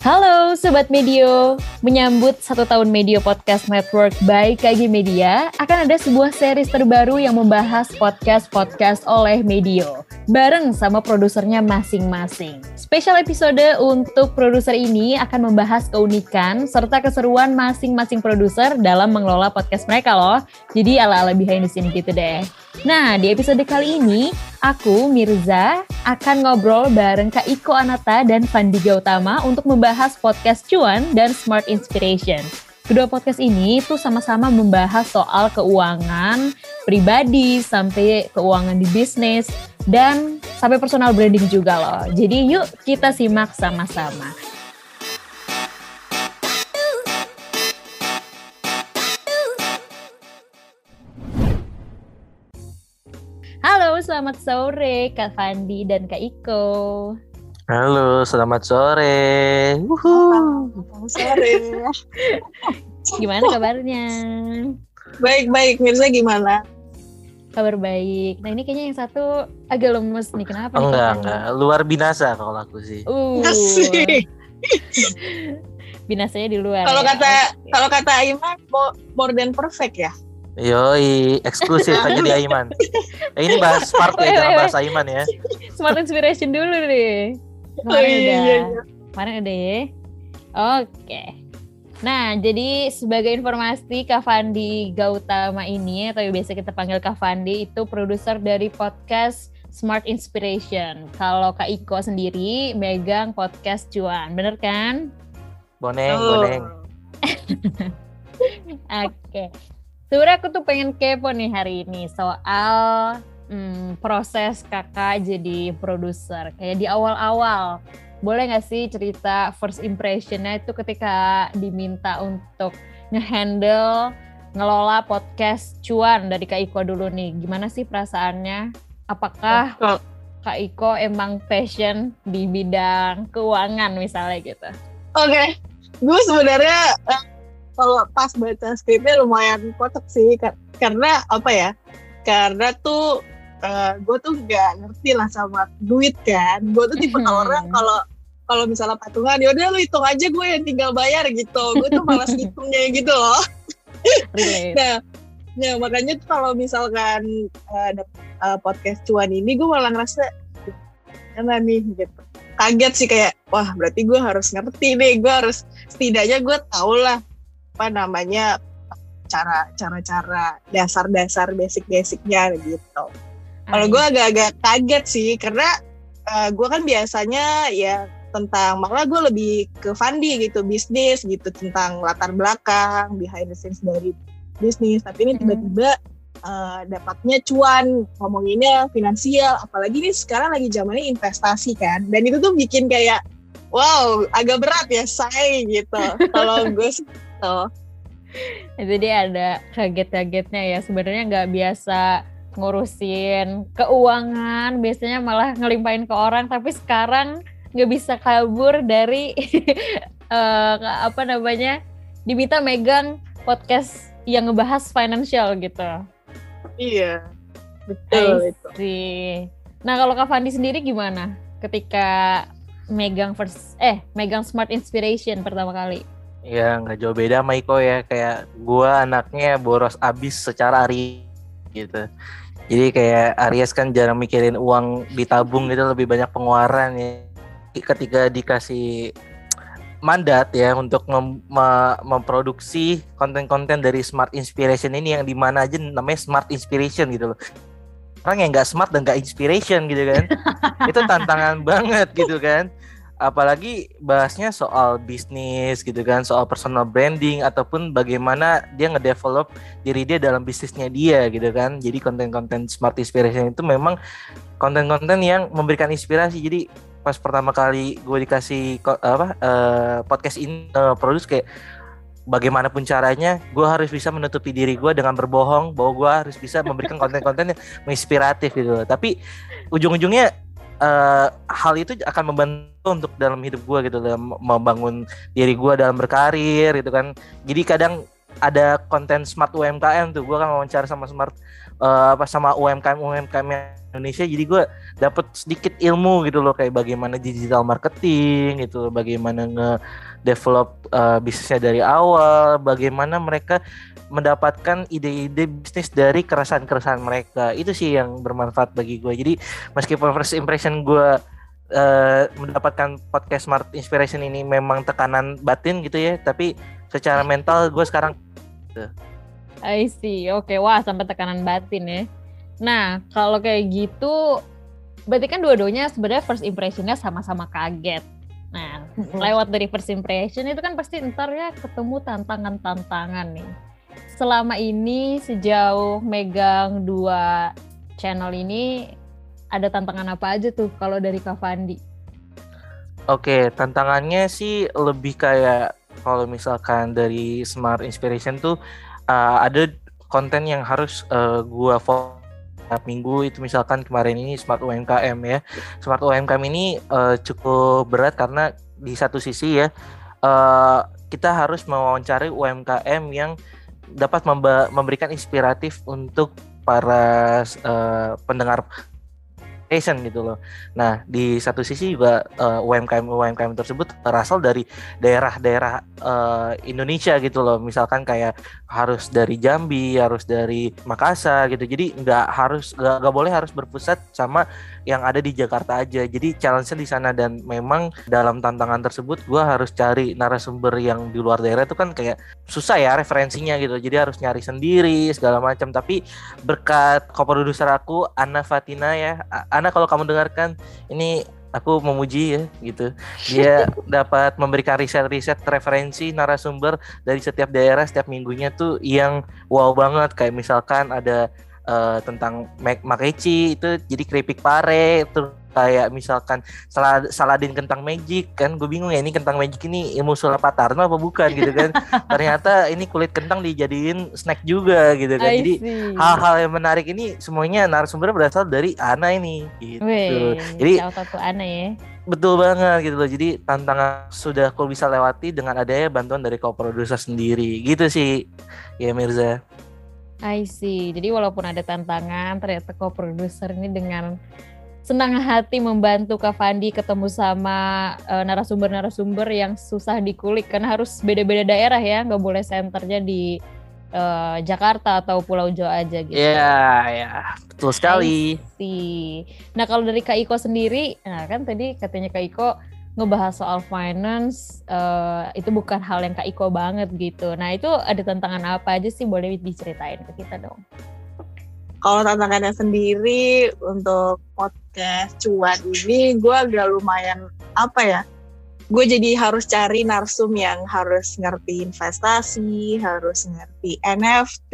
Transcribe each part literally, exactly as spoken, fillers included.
Halo Sobat Medio, menyambut satu tahun Medio Podcast Network by K G Media, akan ada sebuah series terbaru yang membahas podcast-podcast oleh Medio, bareng sama produsernya masing-masing. Spesial episode untuk produser ini akan membahas keunikan serta keseruan masing-masing produser dalam mengelola podcast mereka loh, jadi ala-ala behind the scene gitu deh. Nah, di episode kali ini, aku, Mirza, akan ngobrol bareng Kak Iko Anata dan Fandi Gautama untuk membahas podcast Cuan dan Smart Inspiration. Kedua podcast ini tuh sama-sama membahas soal keuangan pribadi, sampai keuangan di bisnis, dan sampai personal branding juga loh. Jadi yuk kita simak sama-sama. Halo, selamat sore Kak Fandi dan Kak Iko. Halo, selamat sore. Wuhu. Selamat sore. Gimana kabarnya? Baik-baik, Mirza gimana? Kabar baik. Nah ini kayaknya yang satu agak lemes nih, kenapa? Oh, nih, enggak, enggak. Luar binasa kalau aku sih. Uh. Asik. Binasanya di luar. Kalau ya? kata Okay. kalau kata Aiman, more than perfect ya. Yoi, eksklusif aja di Aiman. Eh, ini bahas smart ya, jangan bahas Aiman ya. Smart Inspiration dulu nih. Kemarin Oh, iya, udah. iya. Kemarin udah ya. Oke. Nah, jadi sebagai informasi, Kak Fandi Gautama ini, atau biasa kita panggil Kak Fandi, itu produser dari podcast Smart Inspiration. Kalau Kak Iko sendiri megang podcast Cuan, bener kan? Boneng, Oh. boneng. Oke. Sebenernya aku tuh pengen kepo nih hari ini soal hmm, proses kakak jadi produser. Kayak di awal-awal, boleh gak sih cerita first impression-nya itu ketika diminta untuk nge-handle, ngelola podcast Cuan dari Kak Iko dulu nih. Gimana sih perasaannya? Apakah Oh. Kak Iko emang passion di bidang keuangan misalnya gitu? Oke, gue sebenarnya eh, kalau pas baca skripnya lumayan kocak sih, kar- karena apa ya? Karena tuh uh, gue tuh nggak ngerti lah sama duit kan. Gue tuh tipe Mhm. orang kalau kalau misalnya patungan, yaudah lu hitung aja, gue yang tinggal bayar gitu. Gue tuh malas hitungnya gitu loh. Relate. Nah, nah makanya tuh kalau misalkan uh, ada uh, podcast Cuan ini, gue malah ngerasa gimana nih gitu. Kaget sih, kayak wah berarti gue harus ngerti nih, gue harus setidaknya gue tau lah apa namanya cara cara-cara dasar-dasar basic-basicnya gitu. Kalau gue agak-agak kaget sih karena uh, gue kan biasanya ya tentang, malah gue lebih ke Fandi gitu, bisnis gitu, tentang latar belakang behind the scenes dari bisnis. Tapi ini tiba-tiba uh, dapatnya Cuan, ngomonginnya finansial, apalagi ini sekarang lagi zamannya investasi kan, dan itu tuh bikin kayak wow agak berat ya say gitu. Kalau gue tuh. Jadi ada kaget-kagetnya ya, sebenarnya nggak biasa ngurusin keuangan, biasanya malah ngelimpahin ke orang, tapi sekarang nggak bisa kabur dari uh, apa namanya, diminta megang podcast yang ngebahas financial gitu. Iya, betul itu. Sih. Nah kalau Kak Fandi sendiri gimana ketika megang first eh megang Smart Inspiration pertama kali? Ya nggak jauh beda sama Iko ya. Kayak gue anaknya boros abis secara hari gitu. Jadi kayak Aries kan jarang mikirin uang ditabung gitu, lebih banyak pengeluaran ya. Ketika dikasih mandat ya untuk mem- mem- memproduksi konten-konten dari Smart Inspiration ini, yang dimana aja namanya Smart Inspiration gitu loh. Orang yang nggak smart dan nggak inspiration gitu kan, itu tantangan banget gitu kan. Apalagi bahasnya soal bisnis gitu kan, soal personal branding ataupun bagaimana dia ngedevelop diri dia dalam bisnisnya dia gitu kan. Jadi konten-konten Smart Inspiration itu memang konten-konten yang memberikan inspirasi. Jadi pas pertama kali gue dikasih apa uh, podcast ini uh, produce, kayak bagaimanapun caranya gue harus bisa menutupi diri gue dengan berbohong bahwa gue harus bisa memberikan konten-konten yang menginspiratif gitu. Tapi ujung-ujungnya Uh, hal itu akan membantu untuk dalam hidup gue gitu, dalam membangun diri gue dalam berkarir gitu kan. Jadi kadang ada konten Smart U M K M tuh, gue kan wawancara sama Smart uh, apa sama U M K M U M K M yang Indonesia, jadi gue dapet sedikit ilmu gitu loh, kayak bagaimana digital marketing gitu, bagaimana nge-develop uh, bisnisnya dari awal, bagaimana mereka mendapatkan ide-ide bisnis dari keresahan-keresahan mereka. Itu sih yang bermanfaat bagi gue. Jadi meskipun first impression gue uh, mendapatkan podcast Smart Inspiration ini memang tekanan batin gitu ya, tapi secara mental gue sekarang gitu. I see, oke, okay. Wah sampai tekanan batin ya. Nah kalau kayak gitu, berarti kan dua-duanya sebenarnya first impressionnya sama-sama kaget. Nah lewat dari first impression itu kan pasti ntar ya ketemu tantangan-tantangan nih. Selama ini sejauh megang dua channel ini ada tantangan apa aja tuh kalau dari Kak Fandi? Oke, tantangannya sih lebih kayak kalau misalkan dari Smart Inspiration tuh uh, ada konten yang harus uh, gua follow setiap minggu. Itu misalkan kemarin ini Smart U M K M ya. Smart U M K M ini uh, cukup berat karena di satu sisi ya uh, kita harus mewawancari U M K M yang dapat memba- memberikan inspiratif untuk para uh, pendengar passion gitu loh. Nah di satu sisi juga uh, U M K M U M K M tersebut berasal dari daerah-daerah uh, Indonesia gitu loh. Misalkan kayak harus dari Jambi, harus dari Makassar gitu. Jadi nggak harus nggak nggak boleh harus berpusat sama yang ada di Jakarta aja. Jadi challenge-nya di sana, dan memang dalam tantangan tersebut gue harus cari narasumber yang di luar daerah itu kan kayak susah ya referensinya gitu. Jadi harus nyari sendiri segala macam. Tapi berkat co-producer aku Ana Fatina ya, Ana kalau kamu dengarkan ini, aku memuji ya gitu. Dia dapat memberikan riset-riset referensi narasumber dari setiap daerah setiap minggunya tuh yang wow banget. Kayak misalkan ada uh, tentang makeci itu jadi keripik pare, terus kayak misalkan salad, saladin kentang magic kan, gue bingung ya ini kentang magic ini ilmu sulap Patarno apa bukan gitu kan. Ternyata ini kulit kentang dijadiin snack juga gitu kan. Jadi hal-hal yang menarik ini semuanya narasumbernya berasal dari Ana ini gitu. Wih, jadi shout out to Ana ya. Betul banget gitu loh. Jadi tantangan sudah aku bisa lewati dengan adanya bantuan dari co-producer sendiri gitu sih ya Mirza. I see. Jadi walaupun ada tantangan, ternyata co-producer ini dengan senang hati membantu Kak Fandi ketemu sama uh, narasumber-narasumber yang susah dikulik karena harus beda-beda daerah ya, nggak boleh senternya di uh, Jakarta atau Pulau Jawa aja gitu. Iya, yeah, ya yeah. Betul sekali. Nah kalau dari Kak Iko sendiri, nah kan tadi katanya Kak Iko ngebahas soal finance, uh, itu bukan hal yang Kak Iko banget gitu. Nah itu ada tantangan apa aja sih, boleh diceritain ke kita dong? Kalau tantangannya sendiri untuk podcast cuan ini, gue agak lumayan apa ya, gue jadi harus cari narsum yang harus ngerti investasi, harus ngerti N F T,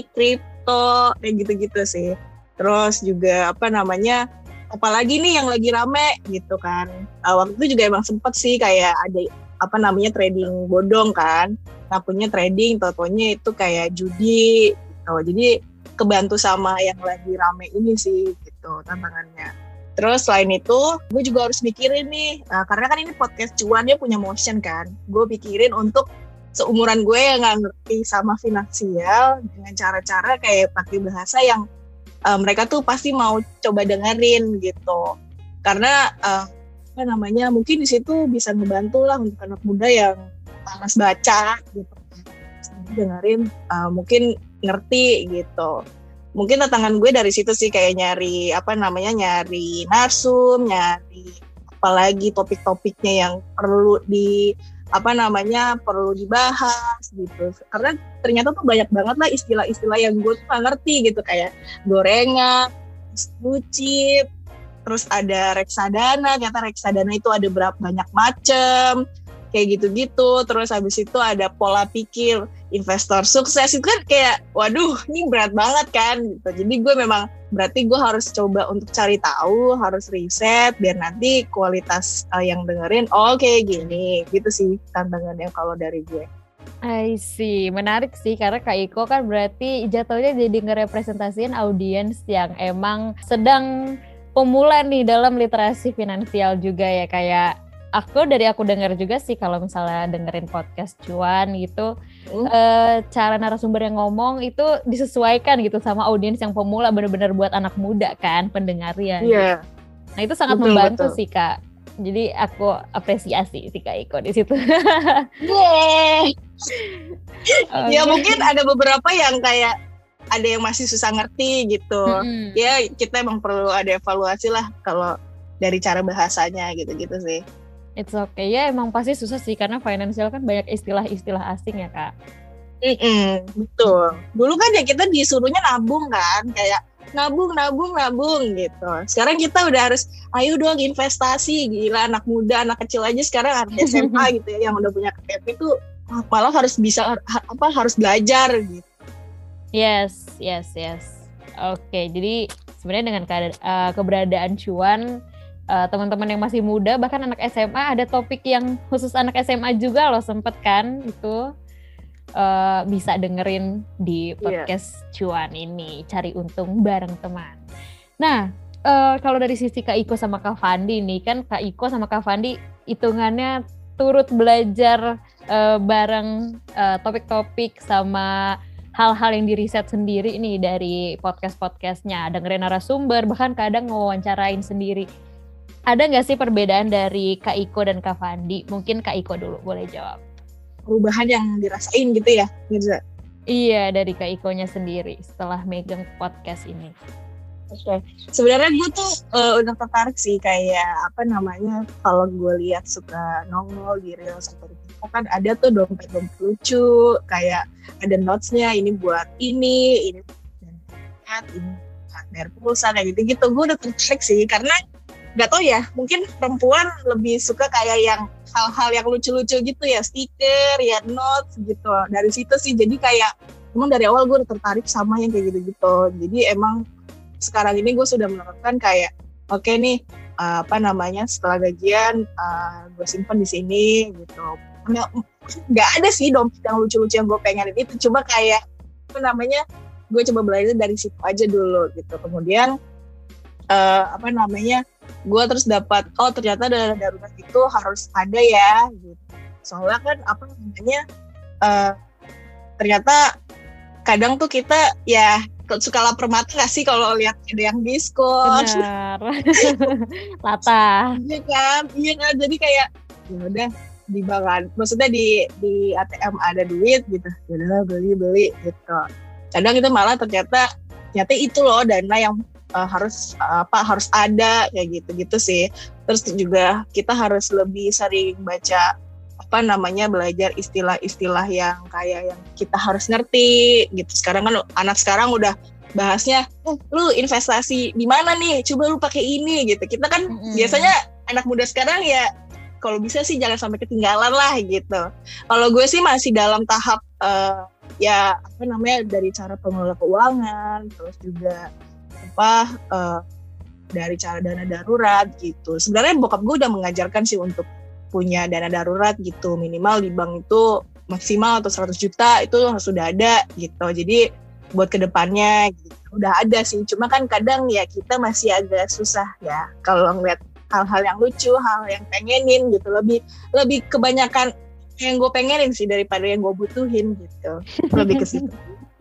kripto, kayak gitu-gitu sih. Terus juga apa namanya, apalagi nih yang lagi rame gitu kan. Uh, waktu itu juga emang sempet sih kayak ada apa namanya trading bodong kan. Ngakunya trading, totonya itu kayak judi gitu. Jadi kebantu sama yang lagi rame ini sih gitu tantangannya. Terus selain itu gue juga harus mikirin nih, nah, karena kan ini podcast cuan dia punya motion kan, gue pikirin untuk seumuran gue yang gak ngerti sama finansial dengan cara-cara kayak pakai bahasa yang uh, mereka tuh pasti mau coba dengerin gitu. Karena uh, apa namanya, mungkin di situ bisa ngebantu lah untuk anak muda yang malas baca gitu, dengerin uh, mungkin ngerti gitu. Mungkin tantangan gue dari situ sih, kayak nyari apa namanya nyari narsum, nyari apalagi topik-topiknya yang perlu di apa namanya perlu dibahas gitu. Karena ternyata tuh banyak banget lah istilah-istilah yang gue tuh gak ngerti gitu, kayak gorengan, blue chip, terus ada reksadana, ternyata reksadana itu ada berapa banyak macam, kayak gitu-gitu. Terus habis itu ada pola pikir investor sukses, itu kan kayak waduh ini berat banget kan gitu. Jadi gue memang berarti gue harus coba untuk cari tahu, harus riset biar nanti kualitas uh, yang dengerin oh kayak gini gitu sih tantangannya kalau dari gue. I see, menarik sih karena Kak Iko kan berarti jatuhnya jadi ngerepresentasiin audiens yang emang sedang pemula nih dalam literasi finansial juga ya. Kayak aku dari aku dengar juga sih kalau misalnya dengerin podcast cuan gitu, Hmm. uh, cara narasumber yang ngomong itu disesuaikan gitu sama audiens yang pemula, benar-benar buat anak muda kan pendengarnya. Iya. Nah itu sangat Betul, membantu betul. sih Kak. Jadi aku apresiasi si Kak Iko di situ. Yeay. Okay. Ya mungkin ada beberapa yang kayak ada yang masih susah ngerti gitu. Mm-mm. Ya kita emang perlu ada evaluasi lah kalau dari cara bahasanya gitu-gitu sih. It's okay. Ya emang pasti susah sih karena financial kan banyak istilah-istilah asing ya Kak. Mm-mm, betul. Dulu kan ya kita disuruhnya nabung kan, kayak nabung, nabung, nabung gitu. Sekarang kita udah harus, ayo dong investasi. Gila anak muda, anak kecil aja sekarang anak S M A gitu ya, yang udah punya K T P itu malah harus bisa apa harus belajar gitu. Yes, yes, yes. Oke, jadi sebenarnya dengan keada- uh, keberadaan Cuan, uh, teman-teman yang masih muda, bahkan anak S M A, ada topik yang khusus anak S M A juga loh, sempet kan itu uh, bisa dengerin di podcast yeah. Cuan ini, cari untung bareng teman. Nah, uh, kalau dari sisi Kak Iko sama Kak Fandi nih, kan Kak Iko sama Kak Fandi hitungannya turut belajar uh, bareng uh, topik-topik sama hal-hal yang diriset sendiri nih dari podcast-podcastnya, dengerin narasumber, bahkan kadang ngewawancarain sendiri. Ada nggak sih perbedaan dari Kak Iko dan Kak Fandi? Mungkin Kak Iko dulu boleh jawab. Perubahan yang dirasain gitu ya, Mirza? Iya, dari Kak Ikonya sendiri setelah megang podcast ini. Oke, okay. Sebenarnya gue tuh uh, udah tertarik sih kayak apa namanya kalau gue lihat suka nongol di reels atau kan ada tuh dompet-dompet lucu kayak ada notes-nya ini buat ini, ini buat ini buat bayar pulsa kayak gitu-gitu. Gue udah tertarik sih karena nggak tau ya, mungkin perempuan lebih suka kayak yang hal-hal yang lucu-lucu gitu ya, stiker, ya notes gitu. Dari situ sih jadi kayak emang dari awal gue udah tertarik sama yang kayak gitu-gitu. Jadi emang sekarang ini gue sudah menerapkan kayak oke okay nih uh, apa namanya setelah gajian uh, gue simpan di sini gitu. Nggak ada sih dompet yang lucu-lucu yang gue pengenin itu, cuma kayak apa namanya gue coba belajar dari situ aja dulu gitu. Kemudian uh, apa namanya gue terus dapat oh ternyata dana darurat itu harus ada ya gitu. Soalnya kan apa namanya uh, ternyata kadang tuh kita ya suka lapar mata gak sih kalau lihat ada yang diskon. Benar. Latah. Iya kan, iya kan. Jadi kayak ya udah di bank, maksudnya di di A T M ada duit gitu. Ya udah beli beli gitu. Kadang itu malah ternyata ternyata itu loh dana yang uh, harus uh, apa harus ada kayak gitu-gitu sih. Terus juga kita harus lebih sering baca apa namanya belajar istilah-istilah yang kayak yang kita harus ngerti gitu. Sekarang kan anak sekarang udah bahasnya, eh, lu investasi di mana nih? Coba lu pakai ini gitu. Kita kan mm-hmm. biasanya anak muda sekarang ya kalau bisa sih jangan sampai ketinggalan lah gitu. Kalau gue sih masih dalam tahap uh, ya apa namanya dari cara pengelola keuangan, terus juga apa uh, dari cara dana darurat gitu. Sebenarnya bokap gue udah mengajarkan sih untuk punya dana darurat gitu, minimal di bank itu maksimal atau seratus juta itu sudah ada gitu. Jadi buat kedepannya gitu, udah ada sih. Cuma kan kadang ya kita masih agak susah ya kalau ngeliat hal-hal yang lucu, hal yang pengenin gitu. Lebih lebih kebanyakan yang gue pengenin sih daripada yang gue butuhin gitu. Lebih ke situ.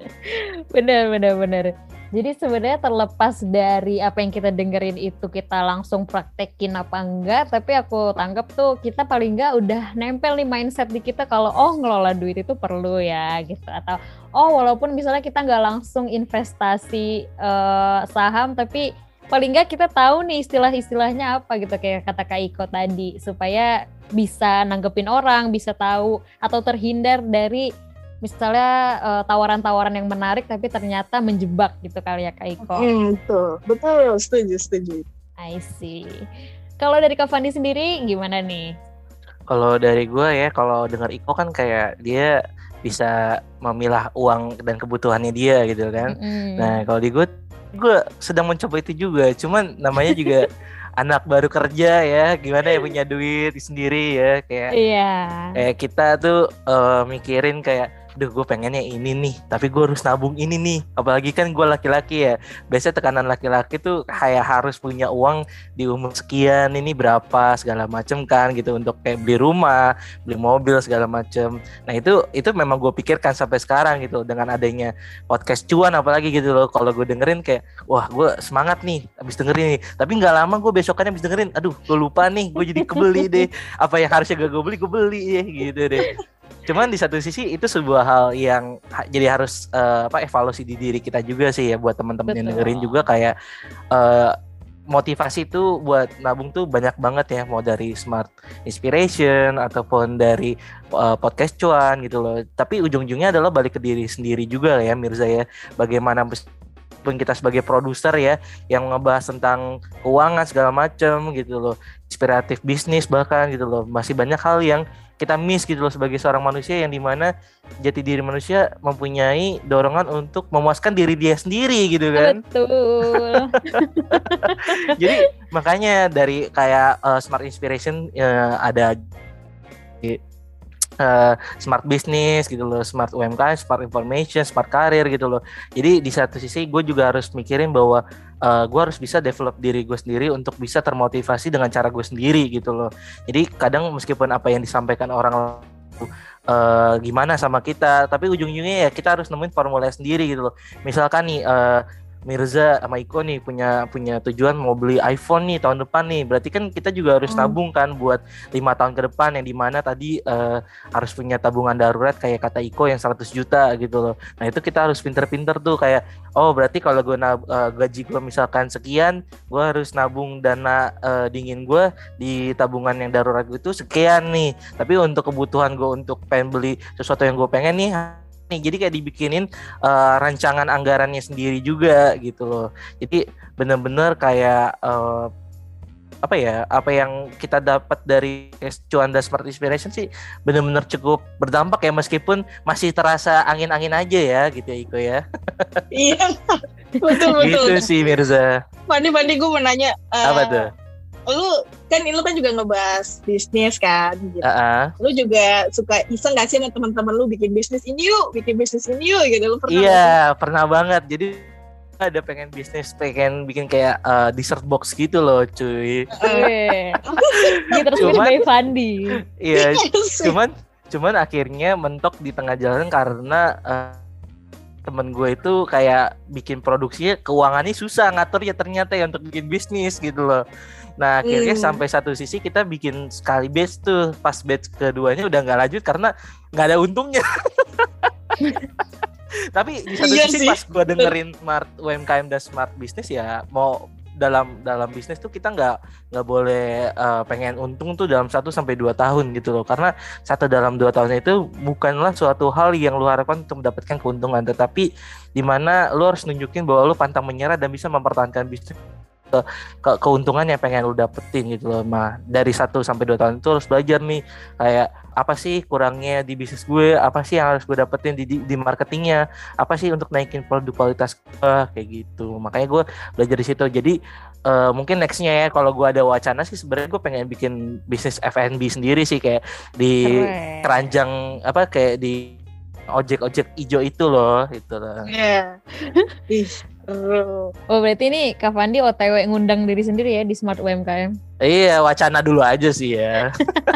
Benar, benar, benar. Jadi sebenarnya terlepas dari apa yang kita dengerin itu kita langsung praktekin apa enggak, tapi aku tangkap tuh kita paling enggak udah nempel nih mindset di kita kalau oh ngelola duit itu perlu ya gitu, atau oh walaupun misalnya kita nggak langsung investasi uh, saham, tapi paling enggak kita tahu nih istilah-istilahnya apa gitu kayak kata Kak Iko tadi, supaya bisa nanggepin orang, bisa tahu atau terhindar dari misalnya uh, tawaran-tawaran yang menarik tapi ternyata menjebak gitu kali ya Kak Iko. Hmm, betul, betul, setuju, setuju. I see. Kalau dari Kak Fandi sendiri gimana nih? Kalau dari gue ya, kalau dengar Iko kan kayak dia bisa memilah uang dan kebutuhannya dia gitu kan. Mm-hmm. Nah kalau di gue, gue sedang mencoba itu juga. Cuman namanya juga anak baru kerja ya, gimana ya punya duit sendiri ya kayak. Iya. Kayak kita tuh uh, mikirin kayak duh gue pengennya ini nih, tapi gue harus nabung ini nih. Apalagi kan gue laki-laki ya, biasanya tekanan laki-laki tuh kayak harus punya uang di umur sekian, ini berapa segala macem kan gitu, untuk kayak beli rumah, beli mobil segala macem. Nah itu itu memang gue pikirkan sampai sekarang gitu, dengan adanya podcast cuan apalagi gitu loh. Kalau gue dengerin kayak wah gue semangat nih abis dengerin nih, tapi nggak lama gue besokannya abis dengerin, aduh gue lupa nih, gue jadi kebeli deh apa yang harusnya gak gue beli, gue beli ya gitu deh. Cuman di satu sisi itu sebuah hal yang ha- jadi harus uh, apa evaluasi di diri kita juga sih ya, buat teman-teman yang dengerin juga kayak uh, motivasi tuh buat nabung tuh banyak banget ya, mau dari Smart Inspiration ataupun dari uh, podcast cuan gitu loh. Tapi ujung-ujungnya adalah balik ke diri sendiri juga ya Mirza ya, bagaimana pun kita sebagai produser ya yang ngebahas tentang keuangan segala macam gitu loh, inspiratif bisnis bahkan gitu loh, masih banyak hal yang kita miss gitu loh sebagai seorang manusia, yang dimana jati diri manusia mempunyai dorongan untuk memuaskan diri dia sendiri gitu kan. Betul. Jadi makanya dari kayak uh, Smart Inspiration uh, ada uh, Smart Business gitu loh, Smart U M K M, Smart Information, Smart Career gitu loh. Jadi di satu sisi gue juga harus mikirin bahwa Uh, gue harus bisa develop diri gue sendiri untuk bisa termotivasi dengan cara gue sendiri gitu loh. Jadi kadang meskipun apa yang disampaikan orang uh, gimana sama kita, tapi ujung-ujungnya ya kita harus nemuin formula sendiri gitu loh. Misalkan nih uh, Mirza sama Iko nih punya punya tujuan mau beli iPhone nih tahun depan nih, berarti kan kita juga harus Hmm. tabung kan buat lima tahun ke depan, yang dimana tadi uh, harus punya tabungan darurat kayak kata Iko yang seratus juta gitu loh. Nah itu kita harus pinter-pinter tuh kayak oh berarti kalau gue nab- uh, gaji gue misalkan sekian, gue harus nabung dana uh, dingin gue di tabungan yang darurat itu sekian nih, tapi untuk kebutuhan gue untuk pengen beli sesuatu yang gue pengen nih nih, jadi kayak dibikinin uh, rancangan anggarannya sendiri juga gitu loh. Jadi benar-benar kayak uh, apa ya, apa yang kita dapat dari cuan dan Smart Inspiration sih benar-benar cukup berdampak ya, meskipun masih terasa angin-angin aja ya gitu ya Iko ya. Iya, betul betul. Gitu sih Mirza. Pandi Pandi gue mau nanya. Uh, Apa tuh? Lu kan lu kan juga ngebahas bisnis kan gitu. Uh-uh. Lu juga suka iseng gak sih sama teman-teman lu bikin bisnis ini yuk, bikin bisnis ini yuk gitu. Lu pernah? Iya, pernah banget. Jadi ada pengen bisnis, pengen bikin kayak uh, dessert box gitu loh, cuy. Oke. Gitu terus Cuman- by Fandi. Iya, cuman cuman akhirnya mentok di tengah jalan karena uh, temen gue itu kayak bikin produksinya keuangannya susah ngaturnya ternyata ya untuk bikin bisnis gitu loh. Nah akhirnya Hmm. sampai satu sisi kita bikin sekali batch tuh, pas batch keduanya udah nggak lanjut karena nggak ada untungnya. Tapi di satu Iya sisi sih. pas gue dengerin Smart U M K M dan Smart Business ya, mau dalam dalam bisnis tuh kita nggak nggak boleh uh, pengen untung tuh dalam satu sampai dua tahun gitu loh, karena satu dalam dua tahun itu bukanlah suatu hal yang lu harapkan untuk mendapatkan keuntungan, tetapi dimana lu harus nunjukin bahwa lu pantang menyerah dan bisa mempertahankan bisnis ke, ke keuntungan yang pengen lu dapetin gitu loh. Nah dari satu sampai dua tahun itu harus belajar nih kayak apa sih kurangnya di bisnis gue, apa sih yang harus gue dapetin di, di, di marketingnya, apa sih untuk naikin produk kualitas gue, kayak gitu. Makanya gue belajar di situ. Jadi uh, mungkin nextnya ya kalau gue ada wacana sih sebenarnya gue pengen bikin bisnis F and B sendiri sih, kayak di Keren. keranjang apa kayak di ojek-ojek ijo itu loh, itu loh. Iya. Ih, seru. Oh berarti ini Kak Fandi O T W ngundang diri sendiri ya di Smart U M K M. Iya, wacana dulu aja sih ya.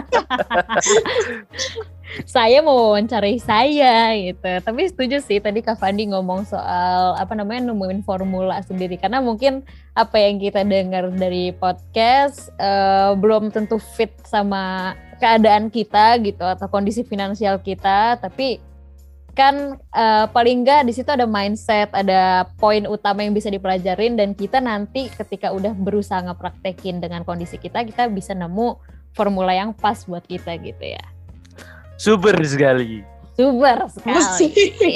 Saya mau wawancarai saya gitu. Tapi setuju sih tadi Kak Fandi ngomong soal apa namanya nemuin formula sendiri, karena mungkin apa yang kita dengar dari podcast uh, belum tentu fit sama keadaan kita gitu atau kondisi finansial kita, tapi kan uh, paling enggak di situ ada mindset, ada poin utama yang bisa dipelajarin, dan kita nanti ketika udah berusaha ngepraktekin dengan kondisi kita, kita bisa nemu formula yang pas buat kita gitu ya. Super sekali. Super sekali. Mesti.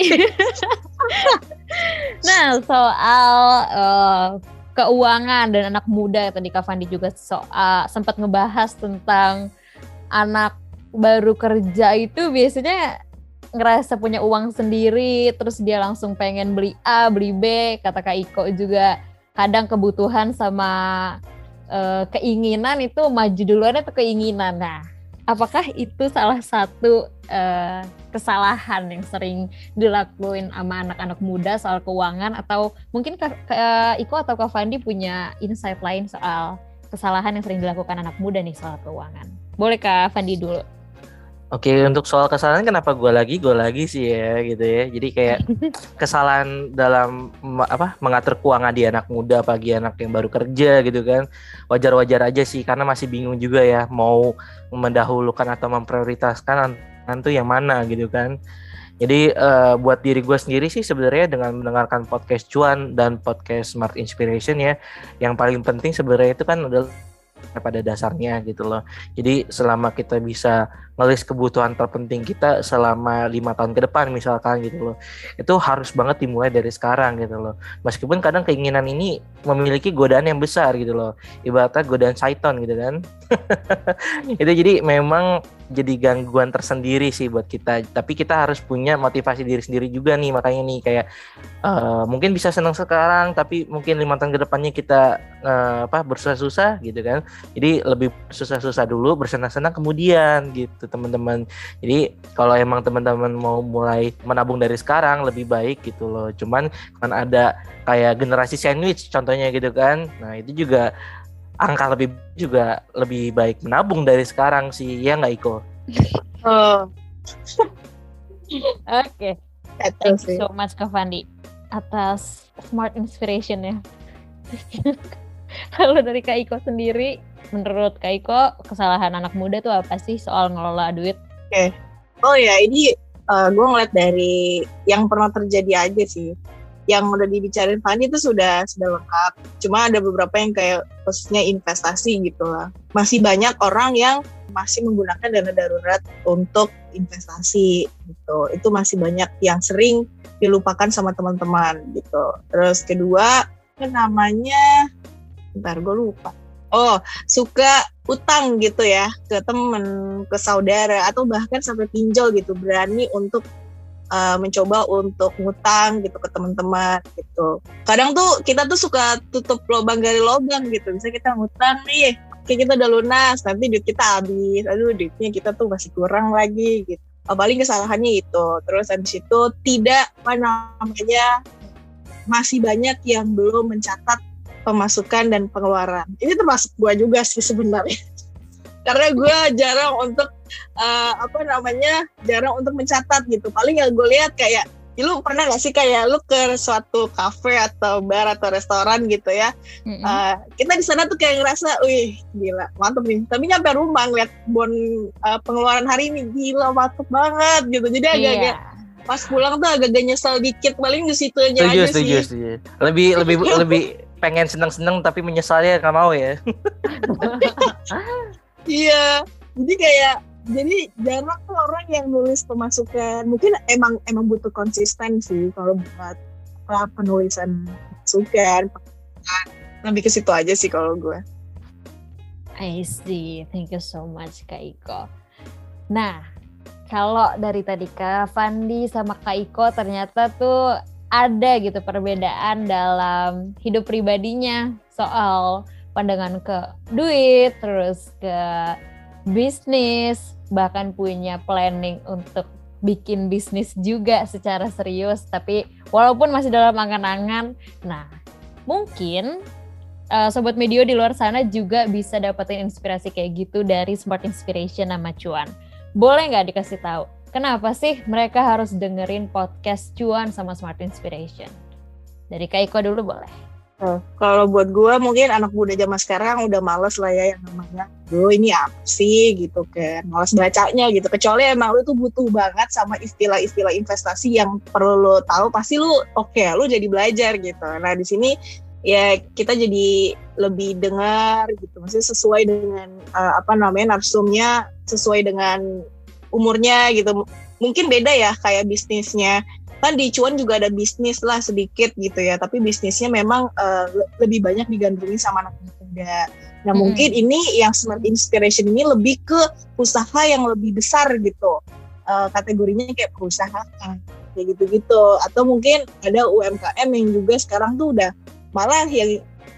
Nah soal uh, keuangan dan anak muda tadi Kak Fandi juga soal sempat ngebahas tentang anak baru kerja itu biasanya ngerasa punya uang sendiri, terus dia langsung pengen beli A, beli B, kata Kak Iko juga kadang kebutuhan sama uh, keinginan itu maju duluan atau keinginan. Nah, apakah itu salah satu uh, kesalahan yang sering dilakuin sama anak-anak muda soal keuangan, atau mungkin Kak, Kak Iko atau Kak Fandi punya insight lain soal kesalahan yang sering dilakukan anak muda nih soal keuangan. Boleh Kak Fandi dulu. Oke, untuk soal kesalahan kenapa gue lagi, gue lagi sih ya gitu ya. Jadi kayak kesalahan dalam apa mengatur keuangan di anak muda, apalagi anak yang baru kerja gitu kan. Wajar-wajar aja sih, karena masih bingung juga ya mau mendahulukan atau memprioritaskan nanti yang mana gitu kan. Jadi uh, buat diri gue sendiri sih sebenarnya dengan mendengarkan podcast Cuan dan podcast Smart Inspiration ya, yang paling penting sebenarnya itu kan adalah pada dasarnya gitu loh. Jadi selama kita bisa ngelis kebutuhan terpenting kita selama lima tahun ke depan misalkan gitu loh, itu harus banget dimulai dari sekarang gitu loh. Meskipun kadang keinginan ini memiliki godaan yang besar gitu loh, ibaratnya godaan syaitan gitu kan. Itu jadi memang jadi gangguan tersendiri sih buat kita. Tapi kita harus punya motivasi diri sendiri juga nih, makanya nih kayak uh, mungkin bisa senang sekarang tapi mungkin lima tahun ke depannya kita uh, apa bersusah-susah gitu kan. Jadi lebih susah-susah dulu, bersenang-senang kemudian gitu teman-teman. Jadi kalau emang teman-teman mau mulai menabung dari sekarang lebih baik gitu loh. Cuman kan ada kayak generasi sandwich contohnya gitu kan. Nah itu juga angka lebih juga lebih baik menabung dari sekarang sih, ya nggak Iko? Oh. Oke, okay. Thank you so much Kak Fandi atas smart inspiration ya. Kalau dari Kak Iko sendiri, menurut Kak Iko kesalahan anak muda tuh apa sih soal ngelola duit? Oke, okay. Oh ya ini uh, gue ngeliat dari yang pernah terjadi aja sih. Yang udah dibicarain Fandi itu sudah sudah lengkap. Cuma ada beberapa yang kayak khususnya investasi gitu lah. Masih banyak orang yang masih menggunakan dana darurat untuk investasi gitu. Itu masih banyak yang sering dilupakan sama teman-teman gitu. Terus kedua, namanya, bentar gue lupa. Oh, suka utang gitu ya ke temen, ke saudara, atau bahkan sampai pinjol gitu. Berani untuk Uh, mencoba untuk ngutang gitu ke teman-teman gitu. Kadang tuh kita tuh suka tutup lubang gali lubang gitu. Bisa kita ngutang nih, oke kita udah lunas, nanti duit kita habis. Aduh duitnya kita tuh masih kurang lagi gitu. Paling kesalahannya itu. Terus habis itu tidak apa namanya masih banyak yang belum mencatat pemasukan dan pengeluaran. Ini termasuk gua juga sih sebenarnya. Karena gue jarang untuk uh, apa namanya jarang untuk mencatat gitu. Paling yang gue lihat kayak, ya lu pernah nggak sih kayak lu ke suatu kafe atau bar atau restoran gitu ya? Mm-hmm. Uh, kita di sana tuh kayak ngerasa, wih gila mantep nih. Tapi nyampe rumah ngeliat bon uh, pengeluaran hari ini gila mantep banget gitu. Jadi agak-agak yeah. Pas pulang tuh agak-agak nyesel dikit. Paling di situ aja setuju, aja setuju, sih. Setuju. Lebih lebih lebih pengen seneng-seneng tapi menyesalnya nggak mau ya. Iya, jadi kayak jadi jarang tuh orang yang nulis pemasukan. Mungkin emang emang butuh konsisten sih kalau buat apa, penulisan pemasukan. Lebih ke situ aja sih kalau gue. I see, thank you so much Kak Iko. Nah, kalau dari tadi Kak Fandi sama Kak Iko ternyata tuh ada gitu perbedaan dalam hidup pribadinya soal pandangan ke duit, terus ke bisnis, bahkan punya planning untuk bikin bisnis juga secara serius, tapi walaupun masih dalam angan-angan. Nah, mungkin uh, Sobat Medio di luar sana juga bisa dapetin inspirasi kayak gitu dari Smart Inspiration sama Cuan. Boleh nggak dikasih tahu, kenapa sih mereka harus dengerin podcast Cuan sama Smart Inspiration? Dari Kak Iko dulu boleh. Oh, kalau buat gue mungkin anak muda zaman sekarang udah males lah ya yang namanya duh ini apa sih gitu kan, males bacanya gitu. Kecuali emang lu tuh butuh banget sama istilah-istilah investasi yang perlu lu tahu, pasti lu oke okay, lu jadi belajar gitu. Nah di sini ya kita jadi lebih dengar gitu, maksudnya sesuai dengan uh, apa namanya narsumnya, sesuai dengan umurnya gitu. Mungkin beda ya kayak bisnisnya. Kan di Cuan juga ada bisnis lah sedikit gitu ya, tapi bisnisnya memang uh, lebih banyak digandrungi sama anak muda. Nah hmm. mungkin ini yang Smart Inspiration ini lebih ke usaha yang lebih besar gitu, uh, kategorinya kayak perusahaan kayak gitu-gitu, atau mungkin ada U M K M yang juga sekarang tuh udah malah yang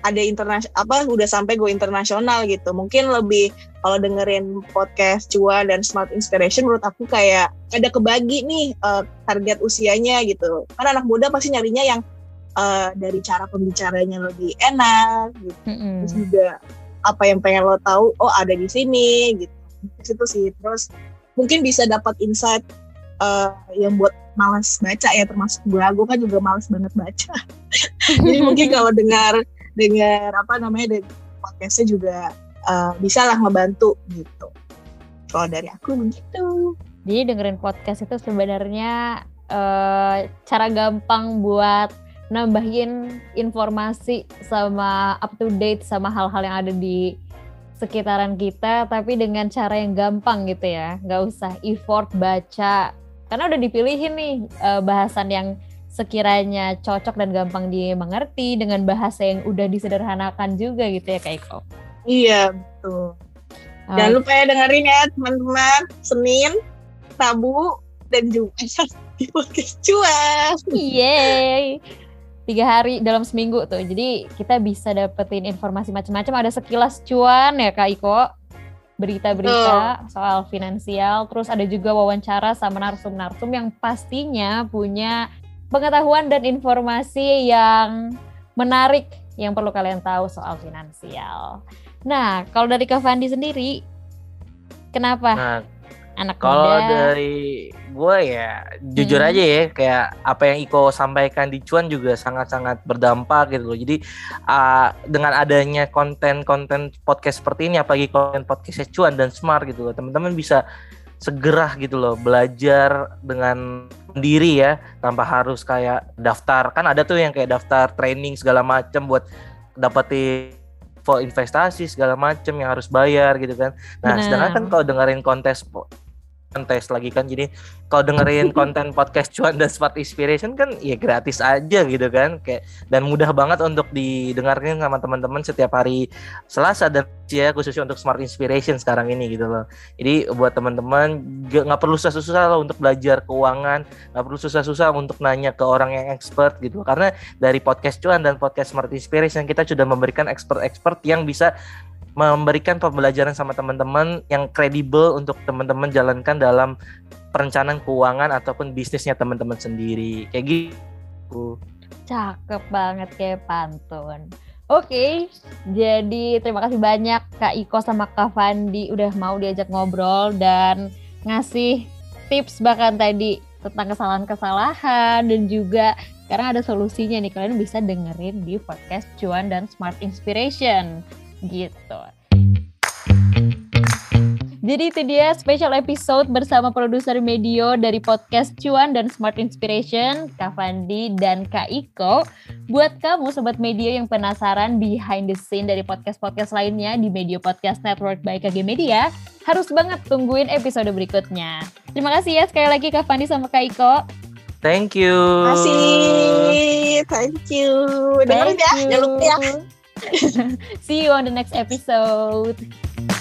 ada internasional apa udah sampai go internasional gitu. Mungkin lebih kalau dengerin podcast Cuan dan Smart Inspiration menurut aku kayak ada kebagi nih uh, target usianya gitu. Karena anak muda pasti nyarinya yang uh, dari cara pembicaranya lebih enak gitu. Mm-hmm. Terus juga apa yang pengen lo tahu, oh ada di sini gitu. Di situ sih. Terus mungkin bisa dapat insight uh, yang buat malas baca ya, termasuk gue. Gue kan juga malas banget baca. Jadi mungkin kalau dengar dengar apa namanya dari podcastnya juga uh, bisa lah ngebantu gitu. Kalau dari aku begitu. Jadi dengerin podcast itu sebenarnya uh, cara gampang buat nambahin informasi sama up to date sama hal-hal yang ada di sekitaran kita, tapi dengan cara yang gampang gitu ya. Nggak usah effort baca, karena udah dipilihin nih uh, bahasan yang sekiranya cocok dan gampang dimengerti dengan bahasa yang udah disederhanakan juga gitu ya Kak Iko. Iya betul. Oh. Jangan lupa ya dengerin ya teman-teman, Senin, Rabu, dan Jumat di podcast Cuan. Yeay. Tiga hari dalam seminggu tuh, jadi kita bisa dapetin informasi macam-macam. Ada sekilas cuan ya Kak Iko, berita-berita oh. soal finansial, terus ada juga wawancara sama narsum-narsum yang pastinya punya pengetahuan dan informasi yang menarik yang perlu kalian tahu soal finansial. Nah, kalau dari Kak Fandi sendiri, kenapa nah, anak muda? Kalau dari gue ya, jujur hmm. aja ya, kayak apa yang Iko sampaikan di Cuan juga sangat-sangat berdampak gitu loh. Jadi uh, dengan adanya konten-konten podcast seperti ini, apalagi konten podcastnya Cuan dan Smart gitu loh, teman-teman bisa segera gitu loh belajar dengan sendiri ya, tanpa harus kayak daftar. Kan ada tuh yang kayak daftar training segala macam buat dapetin info investasi segala macam yang harus bayar gitu kan. Nah, nah. sedangkan kan kalau dengerin kontes kontes lagi kan, jadi kalau dengerin konten podcast Cuan dan Smart Inspiration kan ya gratis aja gitu kan, kayak dan mudah banget untuk didengarkan sama teman-teman setiap hari Selasa dan ya khususnya untuk Smart Inspiration sekarang ini gitu loh. Jadi buat teman-teman nggak perlu susah-susah loh untuk belajar keuangan, nggak perlu susah-susah untuk nanya ke orang yang expert gitu, karena dari podcast Cuan dan podcast Smart Inspiration kita sudah memberikan expert-expert yang bisa memberikan pembelajaran sama teman-teman yang kredibel untuk teman-teman jalankan dalam perencanaan keuangan ataupun bisnisnya teman-teman sendiri. Kayak gitu. Cakep banget kayak pantun. Oke, jadi terima kasih banyak Kak Iko sama Kak Fandi udah mau diajak ngobrol dan ngasih tips bahkan tadi tentang kesalahan-kesalahan, dan juga sekarang ada solusinya nih, kalian bisa dengerin di podcast Cuan dan Smart Inspiration. Gitu. Jadi itu dia special episode bersama produser Medio dari podcast Cuan dan Smart Inspiration, Kak Fandi dan Kak Iko. Buat kamu Sobat Medio yang penasaran behind the scene dari podcast-podcast lainnya di Medio Podcast Network by K G Media, harus banget tungguin episode berikutnya. Terima kasih ya sekali lagi Kak Fandi sama Kak Iko. Thank you. Terima kasih. Thank you. Dengerin ya, jangan lupa ya. See you on the next episode.